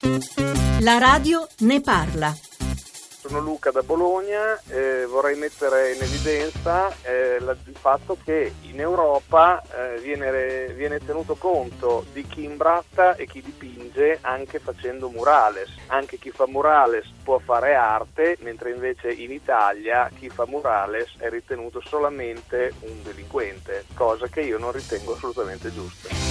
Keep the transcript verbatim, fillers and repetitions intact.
La radio ne parla. Sono Luca da Bologna, eh, vorrei mettere in evidenza eh, la, il fatto che in Europa eh, viene, viene tenuto conto di chi imbratta e chi dipinge anche facendo murales. Anche chi fa murales può fare arte, mentre invece in Italia chi fa murales è ritenuto solamente un delinquente, cosa che io non ritengo assolutamente giusta.